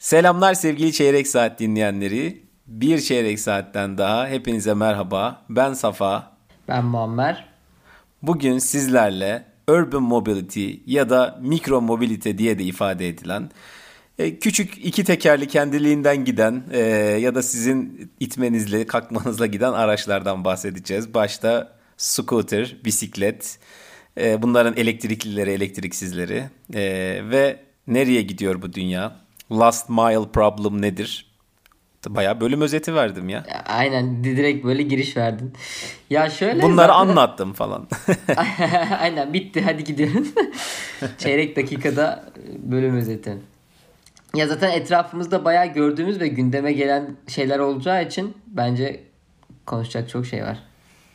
Selamlar sevgili Çeyrek Saat dinleyenleri. Bir Çeyrek Saat'ten daha hepinize merhaba. Ben Safa. Ben Muammer. Bugün sizlerle Urban Mobility ya da Mikro Mobility diye de ifade edilen küçük iki tekerli kendiliğinden giden ya da sizin itmenizle kalkmanızla giden araçlardan bahsedeceğiz. Başta scooter, bisiklet, bunların elektriklileri, elektriksizleri ve nereye gidiyor bu dünya? Last mile problem nedir? Bayağı bölüm özeti verdim ya. Aynen direkt böyle giriş verdin. Ya şöyle Bunları zaten anlattım falan. aynen bitti, hadi gidiyoruz. Çeyrek dakikada bölüm özeti. Ya zaten etrafımızda bayağı gördüğümüz ve gündeme gelen şeyler olacağı için bence konuşacak çok şey var.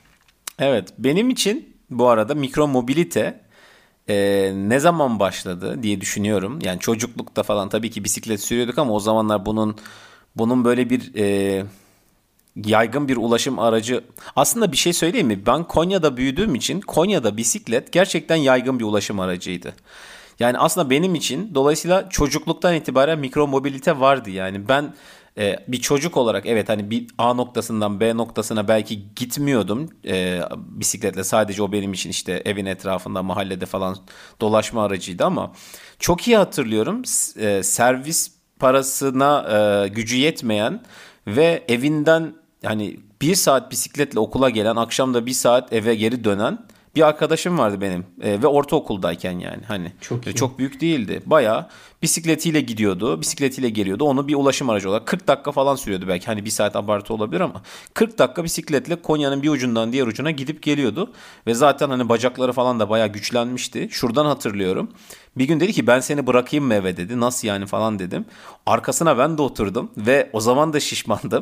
Evet, benim için bu arada mikro mobilite ne zaman başladı diye düşünüyorum. Yani çocuklukta falan tabii ki bisiklet sürüyorduk ama o zamanlar bunun böyle bir yaygın bir ulaşım aracı. Aslında bir şey söyleyeyim mi? Ben Konya'da büyüdüğüm için Konya'da bisiklet gerçekten yaygın bir ulaşım aracıydı. Yani aslında benim için dolayısıyla çocukluktan itibaren mikro mobilite vardı. Yani ben bir çocuk olarak evet hani bir A noktasından B noktasına belki gitmiyordum bisikletle. Sadece o benim için işte evin etrafında mahallede falan dolaşma aracıydı ama çok iyi hatırlıyorum. Servis parasına gücü yetmeyen ve evinden yani bir saat bisikletle okula gelen, akşam da bir saat eve geri dönen bir arkadaşım vardı benim. Ve ortaokuldayken yani hani Çok iyi. çok büyük değildi. Bayağı bisikletiyle gidiyordu, bisikletiyle geliyordu. Onu bir ulaşım aracı olarak 40 dakika falan sürüyordu belki. Hani bir saat abartı olabilir ama 40 dakika bisikletle Konya'nın bir ucundan diğer ucuna gidip geliyordu. Ve zaten hani bacakları falan da bayağı güçlenmişti. Şuradan hatırlıyorum. Bir gün dedi ki ben seni bırakayım mı eve dedi. Nasıl yani falan dedim. Arkasına ben de oturdum ve o zaman da şişmandım.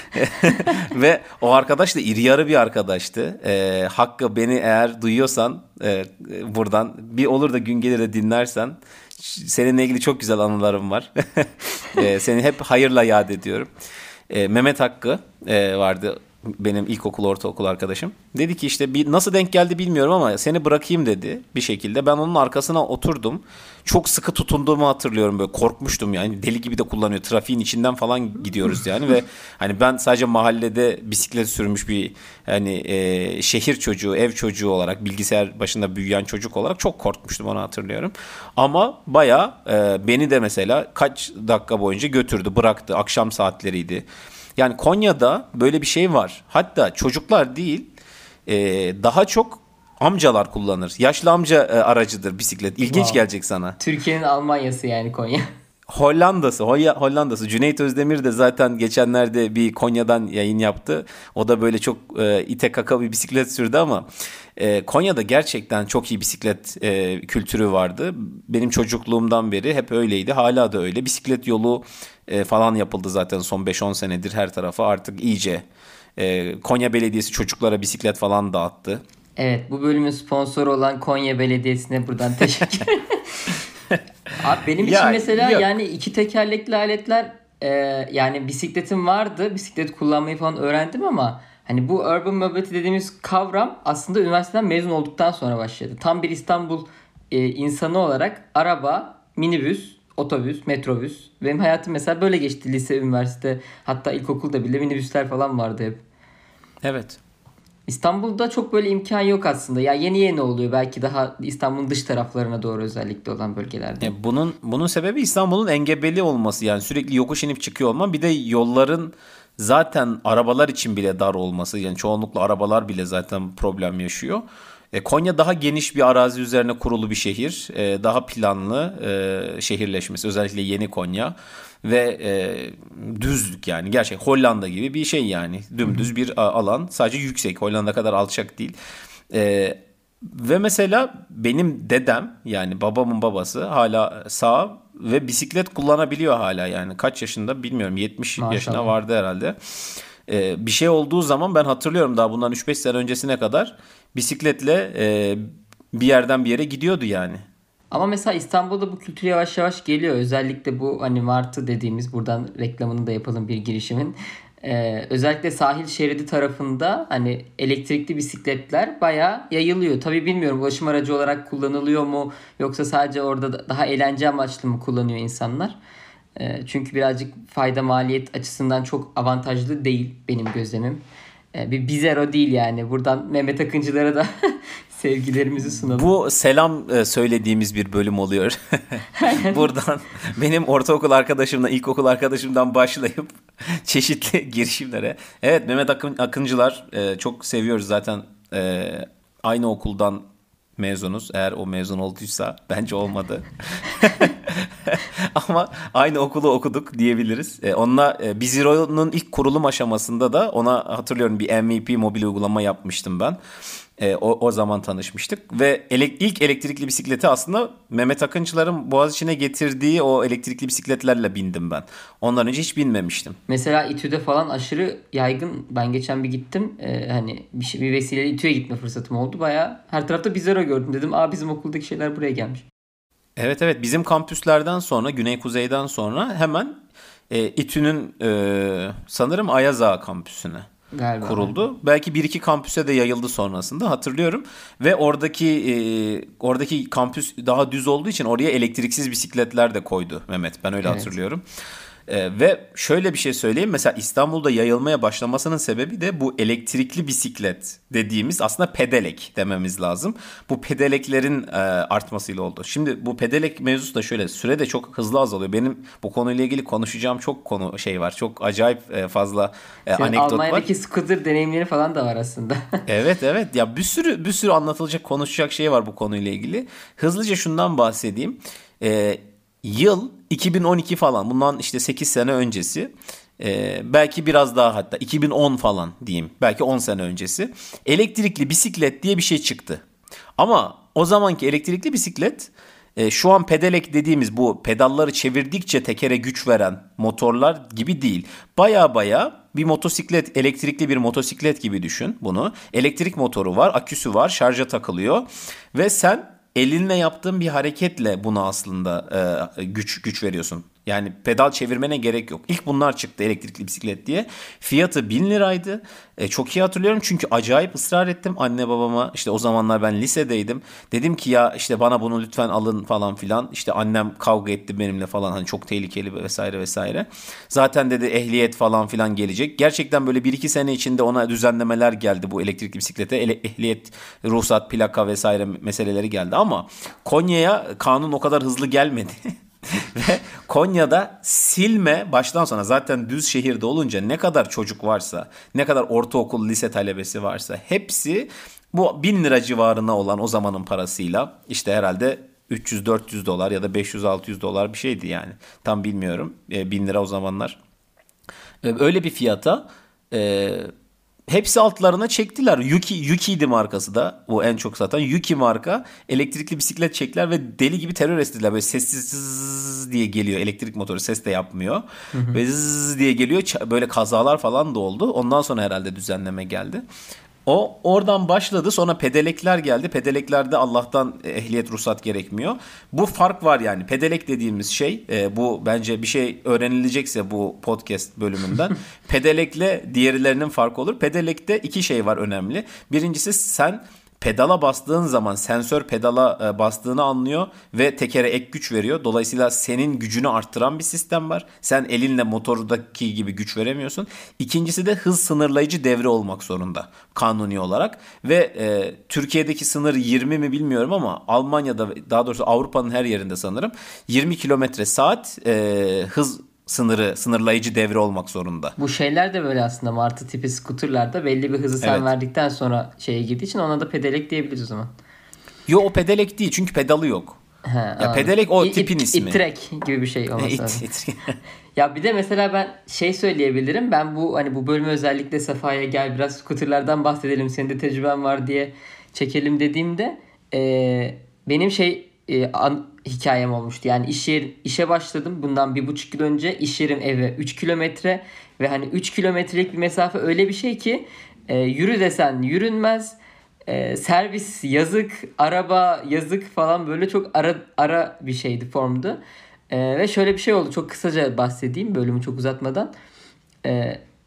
Ve o arkadaş da iri yarı bir arkadaştı. Hakkı beni eğer duyuyorsan buradan bir olur da gün gelir de dinlersen seninle ilgili çok güzel anılarım var. Seni hep hayırla yad ediyorum. Mehmet Hakkı vardı benim ilkokul ortaokul arkadaşım. Dedi ki işte bir nasıl denk geldi bilmiyorum ama seni bırakayım dedi bir şekilde. Ben onun arkasına oturdum. Çok sıkı tutunduğumu hatırlıyorum, böyle korkmuştum yani, deli gibi de kullanıyor. Trafiğin içinden falan gidiyoruz yani ve hani ben sadece mahallede bisiklet sürmüş bir hani şehir çocuğu, ev çocuğu olarak, bilgisayar başında büyüyen çocuk olarak çok korkmuştum, onu hatırlıyorum. Ama baya beni de mesela kaç dakika boyunca götürdü, bıraktı. Akşam saatleriydi. Yani Konya'da böyle bir şey var. Hatta çocuklar değil, e, daha çok amcalar kullanır. Yaşlı amca aracıdır bisiklet. İlginç Wow. gelecek sana. Türkiye'nin Almanya'sı yani Konya. Hollanda'sı. Cüneyt Özdemir de zaten geçenlerde bir Konya'dan yayın yaptı. O da böyle çok ite kaka bir bisiklet sürdü ama Konya'da gerçekten çok iyi bisiklet kültürü vardı. Benim çocukluğumdan beri hep öyleydi. Hala da öyle. Bisiklet yolu falan yapıldı zaten son 5-10 senedir her tarafa. Artık iyice Konya Belediyesi çocuklara bisiklet falan dağıttı. Evet, bu bölümün sponsoru olan Konya Belediyesi'ne buradan teşekkür. Abi benim için Ya mesela yok. yani iki tekerlekli aletler, yani bisikletim vardı. Bisiklet kullanmayı falan öğrendim ama hani bu urban mobility dediğimiz kavram aslında üniversiteden mezun olduktan sonra başladı. Tam bir İstanbul insanı olarak araba, minibüs, otobüs, metrobüs. Benim hayatım mesela böyle geçti, lise, üniversite, hatta ilkokulda bile minibüsler falan vardı hep. Evet. İstanbul'da çok böyle imkan yok aslında. Ya yeni yeni oluyor belki, daha İstanbul'un dış taraflarına doğru özellikle olan bölgelerde. Bunun sebebi İstanbul'un engebeli olması, yani sürekli yokuş inip çıkıyor olman, bir de yolların zaten arabalar için bile dar olması, yani çoğunlukla arabalar bile zaten problem yaşıyor. Konya daha geniş bir arazi üzerine kurulu bir şehir, daha planlı şehirleşmesi, özellikle yeni Konya ve düzlük, yani gerçek Hollanda gibi bir şey, yani Hı hı. dümdüz bir alan, sadece yüksek, Hollanda kadar alçak değil. E, Ve mesela benim dedem, yani babamın babası hala sağ ve bisiklet kullanabiliyor hala, yani kaç yaşında bilmiyorum, 70 yaşına Maşallah. vardı herhalde. Bir şey olduğu zaman ben hatırlıyorum, daha bundan 3-5 sene öncesine kadar bisikletle bir yerden bir yere gidiyordu yani. Ama mesela İstanbul'da bu kültür yavaş yavaş geliyor. Özellikle bu hani Martı dediğimiz, buradan reklamını da yapalım bir girişimin. Özellikle sahil şeridi tarafında hani elektrikli bisikletler bayağı yayılıyor. Tabii bilmiyorum, ulaşım aracı olarak kullanılıyor mu yoksa sadece orada daha eğlence amaçlı mı kullanıyor insanlar. Çünkü birazcık fayda maliyet açısından çok avantajlı değil benim gözlemim. Bir Bizero değil yani. Buradan Mehmet Akıncılara da sevgilerimizi sunalım. Bu selam söylediğimiz bir bölüm oluyor. Buradan benim ortaokul arkadaşımla, ilkokul arkadaşımdan başlayıp çeşitli girişimlere. Evet, Mehmet Akıncılar çok seviyoruz zaten. Aynı okuldan mezunuz. Eğer o mezun olduysa, bence olmadı. Ama aynı okulu okuduk diyebiliriz. Onunla Biziro'nun ilk kurulum aşamasında da ona hatırlıyorum bir MVP mobil uygulama yapmıştım ben. O zaman tanışmıştık ve ilk elektrikli bisikleti aslında Mehmet Akıncılar'ın Boğaziçi'ne getirdiği o elektrikli bisikletlerle bindim ben. Ondan önce hiç binmemiştim. Mesela İTÜ'de falan aşırı yaygın. Ben geçen bir gittim. Hani bir vesileyle İTÜ'ye gitme fırsatım oldu. Bayağı her tarafta Bizero gördüm. Dedim bizim okuldaki şeyler buraya gelmiş. Evet, bizim kampüslerden sonra, Güney Kuzey'den sonra hemen İTÜ'nün sanırım Ayaz Ağa kampüsüne Galiba. kuruldu. Belki bir iki kampüse de yayıldı sonrasında, hatırlıyorum. Ve oradaki kampüs daha düz olduğu için oraya elektriksiz bisikletler de koydu Mehmet. Ben öyle hatırlıyorum. Ve şöyle bir şey söyleyeyim. Mesela İstanbul'da yayılmaya başlamasının sebebi de bu elektrikli bisiklet dediğimiz, aslında pedelek dememiz lazım. Bu pedeleklerin artmasıyla oldu. Şimdi bu pedelek mevzusu da şöyle, süre de çok hızlı azalıyor. Benim bu konuyla ilgili konuşacağım çok konu var. Çok acayip fazla anekdot var. Almanya'daki scooter deneyimleri falan da var aslında. Evet. Ya bir sürü anlatılacak, konuşacak şey var bu konuyla ilgili. Hızlıca şundan bahsedeyim. Yıl 2012 falan, bundan işte 8 sene öncesi, belki biraz daha, hatta 2010 falan diyeyim, belki 10 sene öncesi elektrikli bisiklet diye bir şey çıktı. Ama o zamanki elektrikli bisiklet şu an pedelek dediğimiz bu pedalları çevirdikçe tekere güç veren motorlar gibi değil. Baya bir motosiklet, elektrikli bir motosiklet gibi düşün bunu. Elektrik motoru var, aküsü var, şarja takılıyor ve sen elinle yaptığın bir hareketle buna aslında güç veriyorsun. Yani pedal çevirmene gerek yok. İlk bunlar çıktı, elektrikli bisiklet diye. Fiyatı 1000 liraydı. Çok iyi hatırlıyorum çünkü acayip ısrar ettim anne babama. İşte o zamanlar ben lisedeydim. Dedim ki ya işte bana bunu lütfen alın falan filan. İşte annem kavga etti benimle falan, hani çok tehlikeli vesaire. Zaten dedi ehliyet falan filan gelecek. Gerçekten böyle 1-2 sene içinde ona düzenlemeler geldi bu elektrikli bisiklete. Ehliyet, ruhsat, plaka vesaire meseleleri geldi ama Konya'ya kanun o kadar hızlı gelmedi. Ve Konya'da silme baştan sona, zaten düz şehirde olunca ne kadar çocuk varsa, ne kadar ortaokul, lise talebesi varsa hepsi bu 1000 lira civarına olan, o zamanın parasıyla işte herhalde 300-400 dolar ya da 500-600 dolar bir şeydi yani. Tam bilmiyorum. 1000 lira o zamanlar. Öyle bir fiyata hepsi altlarına çektiler. Yuki'ydi markası da. O en çok satan Yuki marka elektrikli bisiklet çektiler ve deli gibi terör estiler. Böyle sessiz zzzz diye geliyor. Elektrik motoru ses de yapmıyor. Ve zzzz diye geliyor. Böyle kazalar falan da oldu. Ondan sonra herhalde düzenleme geldi. O oradan başladı. Sonra pedelekler geldi. Pedeleklerde Allah'tan ehliyet, ruhsat gerekmiyor. Bu fark var yani. Pedelek dediğimiz şey, bu bence bir şey öğrenilecekse bu podcast bölümünden pedelekle diğerlerinin farkı olur. Pedelekte iki şey var önemli. Birincisi, sen pedala bastığın zaman sensör pedala bastığını anlıyor ve tekere ek güç veriyor. Dolayısıyla senin gücünü arttıran bir sistem var. Sen elinle motordaki gibi güç veremiyorsun. İkincisi de hız sınırlayıcı devre olmak zorunda kanuni olarak. Ve Türkiye'deki sınır 20 mi bilmiyorum ama Almanya'da, daha doğrusu Avrupa'nın her yerinde sanırım 20 kilometre saat hız sınırlayıcı devre olmak zorunda. Bu şeyler de böyle aslında, martı tipi skuterlarda belli bir hızı sen verdikten sonra şeye girdiği için ona da pedelek diyebiliriz o zaman. Yo, o pedelek değil çünkü pedalı yok. Ya pedelek o tipin ismi. İttrek gibi bir şey olması lazım. Ya bir de mesela ben şey söyleyebilirim. Ben bu bölümü özellikle Safa'ya gel biraz skuterlardan bahsedelim, senin de tecrüben var diye çekelim dediğimde benim hikayem olmuştu. Yani işe başladım bundan 1,5 yıl önce. İş yerim eve 3 kilometre ve hani 3 kilometrelik bir mesafe öyle bir şey ki yürü desen yürünmez. Servis yazık, araba yazık falan, böyle çok ara bir şeydi, formdu. Ve şöyle bir şey oldu, çok kısaca bahsedeyim bölümü çok uzatmadan.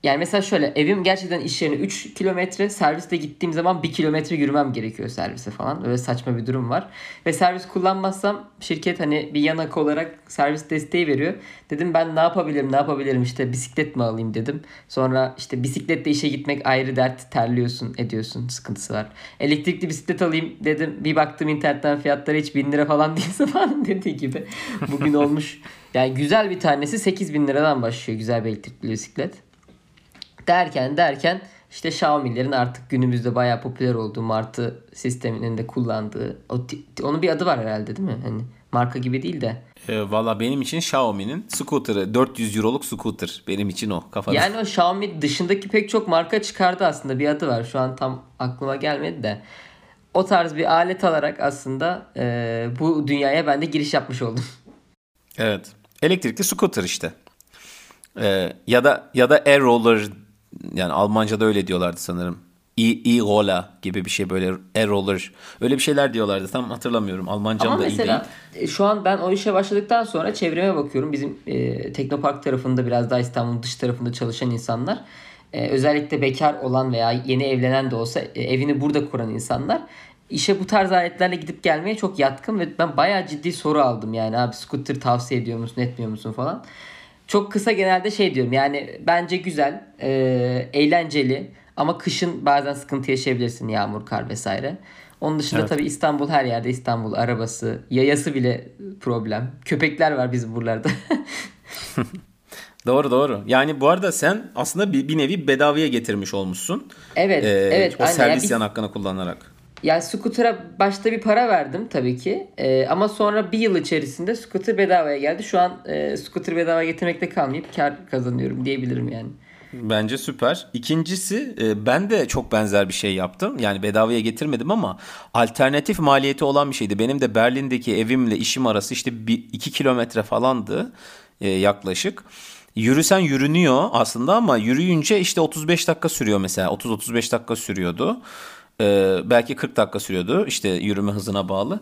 Yani mesela şöyle, evim gerçekten iş yerine 3 kilometre, serviste gittiğim zaman 1 kilometre yürümem gerekiyor servise falan. Öyle saçma bir durum var. Ve servis kullanmazsam şirket hani bir yanak olarak servis desteği veriyor. Dedim ben ne yapabilirim işte bisiklet mi alayım dedim. Sonra işte bisikletle işe gitmek ayrı dert, terliyorsun ediyorsun, sıkıntısı var. Elektrikli bisiklet alayım dedim, bir baktım internetten fiyatları hiç 1000 lira falan değil falan dediği gibi. Bugün olmuş yani güzel bir tanesi 8.000 liradan başlıyor, güzel bir elektrikli bisiklet. Derken işte Xiaomi'lerin artık günümüzde bayağı popüler olduğu, Martı sisteminin de kullandığı, onun bir adı var herhalde değil mi? Hani marka gibi değil de. Valla benim için Xiaomi'nin scooter'ı 400 euroluk scooter. Benim için o kafada. Yani o Xiaomi dışındaki pek çok marka çıkardı aslında, bir adı var. Şu an tam aklıma gelmedi de. O tarz bir alet alarak aslında bu dünyaya ben de giriş yapmış oldum. Evet. Elektrikli scooter işte. Ya da e-roller, yani Almanca'da öyle diyorlardı sanırım. E-roller gibi bir şey, böyle e-roller. Öyle bir şeyler diyorlardı. Tam hatırlamıyorum. Almancam Ama da iyi değil. mesela şu an ben o işe başladıktan sonra çevreme bakıyorum. Bizim Teknopark tarafında, biraz daha İstanbul'un dış tarafında çalışan insanlar, özellikle bekar olan veya yeni evlenen de olsa evini burada kuran insanlar işe bu tarz aletlerle gidip gelmeye çok yatkın ve ben bayağı ciddi soru aldım. Yani abi scooter tavsiye ediyor musun, etmiyor musun falan. Çok kısa genelde şey diyorum, yani bence güzel, eğlenceli ama kışın bazen sıkıntı yaşayabilirsin, yağmur, kar vesaire. Onun dışında Evet. tabii İstanbul, her yerde İstanbul, arabası, yayası bile problem. Köpekler var bizim buralarda. Doğru doğru. Yani bu arada sen aslında bir nevi bedavaya getirmiş olmuşsun. Evet, evet, O aynen. servis yan hakkını kullanarak. Yani scooter'a başta bir para verdim tabii ki. Ama sonra bir yıl içerisinde scooter bedavaya geldi. Şu an scooter bedava getirmekte kalmayıp kar kazanıyorum diyebilirim yani. Bence süper. İkincisi, ben de çok benzer bir şey yaptım. Yani bedavaya getirmedim ama alternatif maliyeti olan bir şeydi. Benim de Berlin'deki evimle işim arası işte 2 kilometre falandı yaklaşık. Yürüsen yürünüyor aslında ama yürüyünce işte 35 dakika sürüyor mesela. 30-35 dakika sürüyordu. Belki 40 dakika sürüyordu işte yürüme hızına bağlı.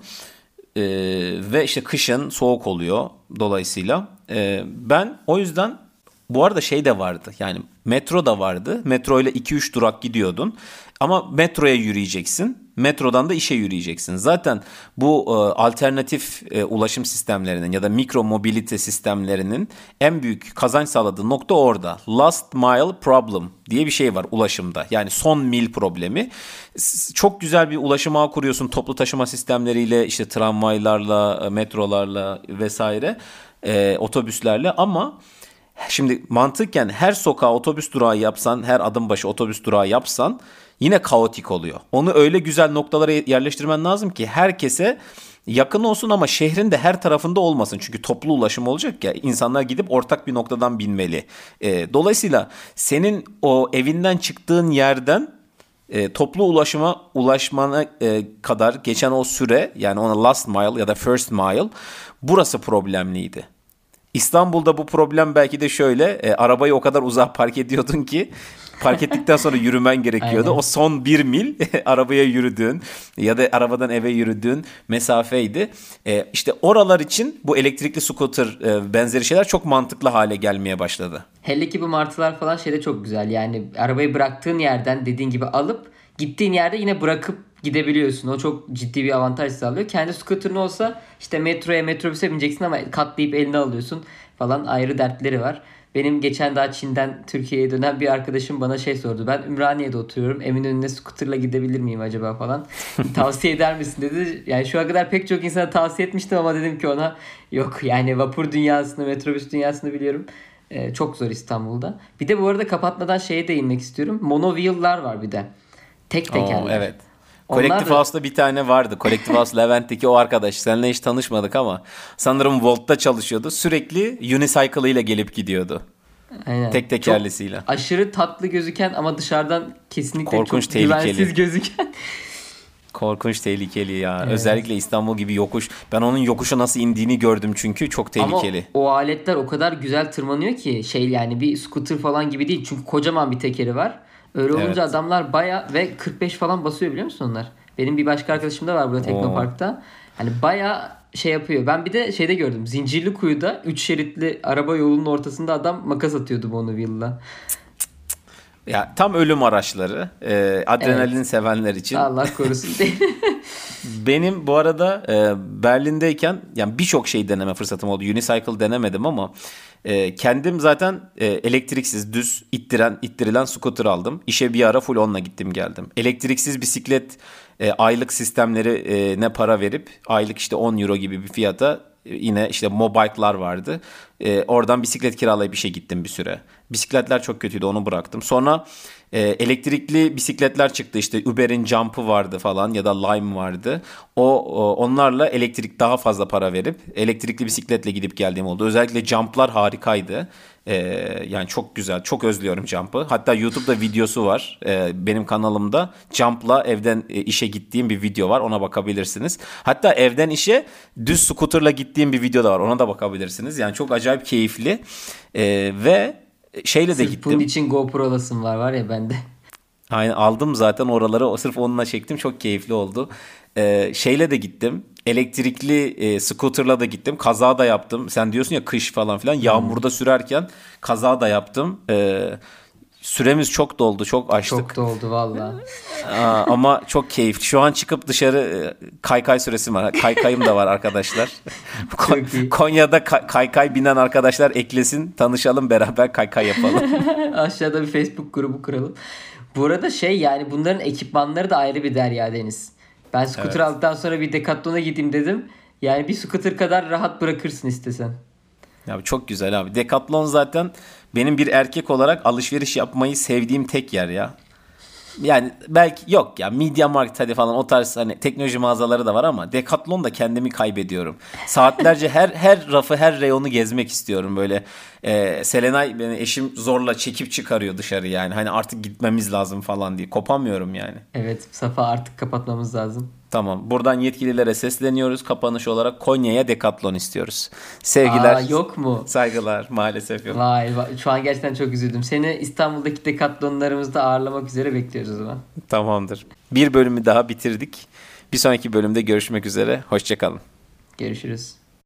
Ve işte kışın soğuk oluyor dolayısıyla. Ben o yüzden, bu arada şey de vardı, yani metro da vardı. Metro ile 2-3 durak gidiyordun. Ama metroya yürüyeceksin. Metrodan da işe yürüyeceksin. Zaten bu alternatif ulaşım sistemlerinin ya da mikro mobilite sistemlerinin en büyük kazanç sağladığı nokta orada. Last mile problem diye bir şey var ulaşımda. Yani son mil problemi. Çok güzel bir ulaşım ağı kuruyorsun toplu taşıma sistemleriyle, işte tramvaylarla, metrolarla vesaire, otobüslerle, ama şimdi mantıken her sokağa otobüs durağı yapsan, her adım başı otobüs durağı yapsan yine kaotik oluyor. Onu öyle güzel noktalara yerleştirmen lazım ki herkese yakın olsun ama şehrin de her tarafında olmasın. Çünkü toplu ulaşım olacak ya, insanlar gidip ortak bir noktadan binmeli. Dolayısıyla senin o evinden çıktığın yerden toplu ulaşıma ulaşmana kadar geçen o süre, yani ona last mile ya da first mile, burası problemliydi. İstanbul'da bu problem belki de şöyle, arabayı o kadar uzağa park ediyordun ki park ettikten sonra yürümen gerekiyordu. Aynen. O son 1 mil arabaya yürüdüğün ya da arabadan eve yürüdüğün mesafeydi. İşte oralar için bu elektrikli scooter benzeri şeyler çok mantıklı hale gelmeye başladı. Hele ki bu martılar falan şeyde çok güzel. Yani arabayı bıraktığın yerden dediğin gibi alıp gittiğin yerde yine bırakıp gidebiliyorsun. O çok ciddi bir avantaj sağlıyor. Kendi scooter'ın olsa işte metroya, metrobüse bineceksin ama katlayıp eline alıyorsun falan, ayrı dertleri var. Benim geçen daha Çin'den Türkiye'ye dönen bir arkadaşım bana şey sordu. Ben Ümraniye'de oturuyorum. Eminönü'ne scooter'la gidebilir miyim acaba falan. Tavsiye eder misin dedi. Yani şu ana kadar pek çok insana tavsiye etmiştim ama dedim ki ona yok. Yani vapur dünyasını, metrobüs dünyasını biliyorum. Çok zor İstanbul'da. Bir de bu arada kapatmadan şeye değinmek istiyorum. Monoville'lar var bir de. Tek tekerler. Evet. Onlar Collective da House'da bir tane vardı. Collective House Levent'teki o arkadaş. Seninle hiç tanışmadık ama sanırım Volt'ta çalışıyordu. Sürekli unicycle ile gelip gidiyordu. aynen. Tek Çok tekerlesiyle. aşırı tatlı gözüken ama dışarıdan kesinlikle Korkunç, çok tehlikeli. güvensiz gözüken. Korkunç, tehlikeli ya. Evet. Özellikle İstanbul gibi yokuş. Ben onun yokuşa nasıl indiğini gördüm çünkü çok Ama tehlikeli. o aletler o kadar güzel tırmanıyor ki şey, yani bir scooter falan gibi değil. Çünkü kocaman bir tekeri var. Öyle olunca Evet. adamlar baya ve 45 falan basıyor, biliyor musun onlar? Benim bir başka arkadaşım da var burada Oo. Teknopark'ta. Hani baya şey yapıyor. Ben bir de şeyde gördüm. Zincirlikuyu'da 3 şeritli araba yolunun ortasında adam makas atıyordu Bonneville'la. Ya tam ölüm araçları. Adrenalin Evet. sevenler için. Allah korusun diye. Benim bu arada Berlin'deyken yani birçok şey deneme fırsatım oldu. Unicycle denemedim ama kendim zaten elektriksiz düz ittirilen scooter aldım. İşe bir ara full onunla gittim geldim. Elektriksiz bisiklet aylık sistemleri ne para verip aylık işte 10 euro gibi bir fiyata yine işte Mobike'lar vardı. Oradan bisiklet kiralayıp işe gittim bir süre. Bisikletler çok kötüydü, onu bıraktım. Sonra elektrikli bisikletler çıktı, işte Uber'in Jump'ı vardı falan ya da Lime vardı. Onlarla daha fazla para verip elektrikli bisikletle gidip geldiğim oldu. Özellikle Jump'lar harikaydı. Yani çok güzel, çok özlüyorum Jump'ı. Hatta YouTube'da videosu var. Benim kanalımda Jump'la evden işe gittiğim bir video var. Ona bakabilirsiniz. Hatta evden işe düz scooter'la gittiğim bir video da var. Ona da bakabilirsiniz. Yani çok acayip keyifli. Ve şeyle de Sırf bunun gittim. için GoPro'lasın var ya bende. Aynen, aldım zaten oraları. Sırf onunla çektim. Çok keyifli oldu. Şeyle de gittim. Elektrikli scooter'la da gittim. Kaza da yaptım. Sen diyorsun ya kış falan filan. Yağmurda sürerken kaza da yaptım. Süremiz çok doldu. Çok Çok açtık. da oldu valla. Ama çok keyifli. Şu an çıkıp dışarı kaykay süresi var. Kaykayım da var arkadaşlar. Çok iyi. Konya'da kaykay binen arkadaşlar eklesin. Tanışalım, beraber kaykay yapalım. Aşağıda bir Facebook grubu kuralım. Bu arada yani bunların ekipmanları da ayrı bir derya Deniz. Ben scooter Evet. aldıktan sonra bir Decathlon'a gideyim dedim. Yani bir scooter kadar rahat bırakırsın istesen. Ya çok güzel abi. Decathlon zaten benim bir erkek olarak alışveriş yapmayı sevdiğim tek yer ya. Yani belki yok ya, Media Markt hadi falan, o tarz hani teknoloji mağazaları da var ama Decathlon'da kendimi kaybediyorum. Saatlerce her rafı, her reyonu gezmek istiyorum böyle. Selenay, beni eşim zorla çekip çıkarıyor dışarı yani. Hani artık gitmemiz lazım falan diye. Kopamıyorum yani. Evet, Safa, artık kapatmamız lazım. Tamam. Buradan yetkililere sesleniyoruz. Kapanış olarak Konya'ya Decathlon istiyoruz. Sevgiler, Yok mu? saygılar. Maalesef yok. Vay, şu an gerçekten çok üzüldüm. Seni İstanbul'daki Decathlon'larımızda ağırlamak üzere bekliyoruz o zaman. Tamamdır. Bir bölümü daha bitirdik. Bir sonraki bölümde görüşmek üzere. Hoşça kalın. Görüşürüz.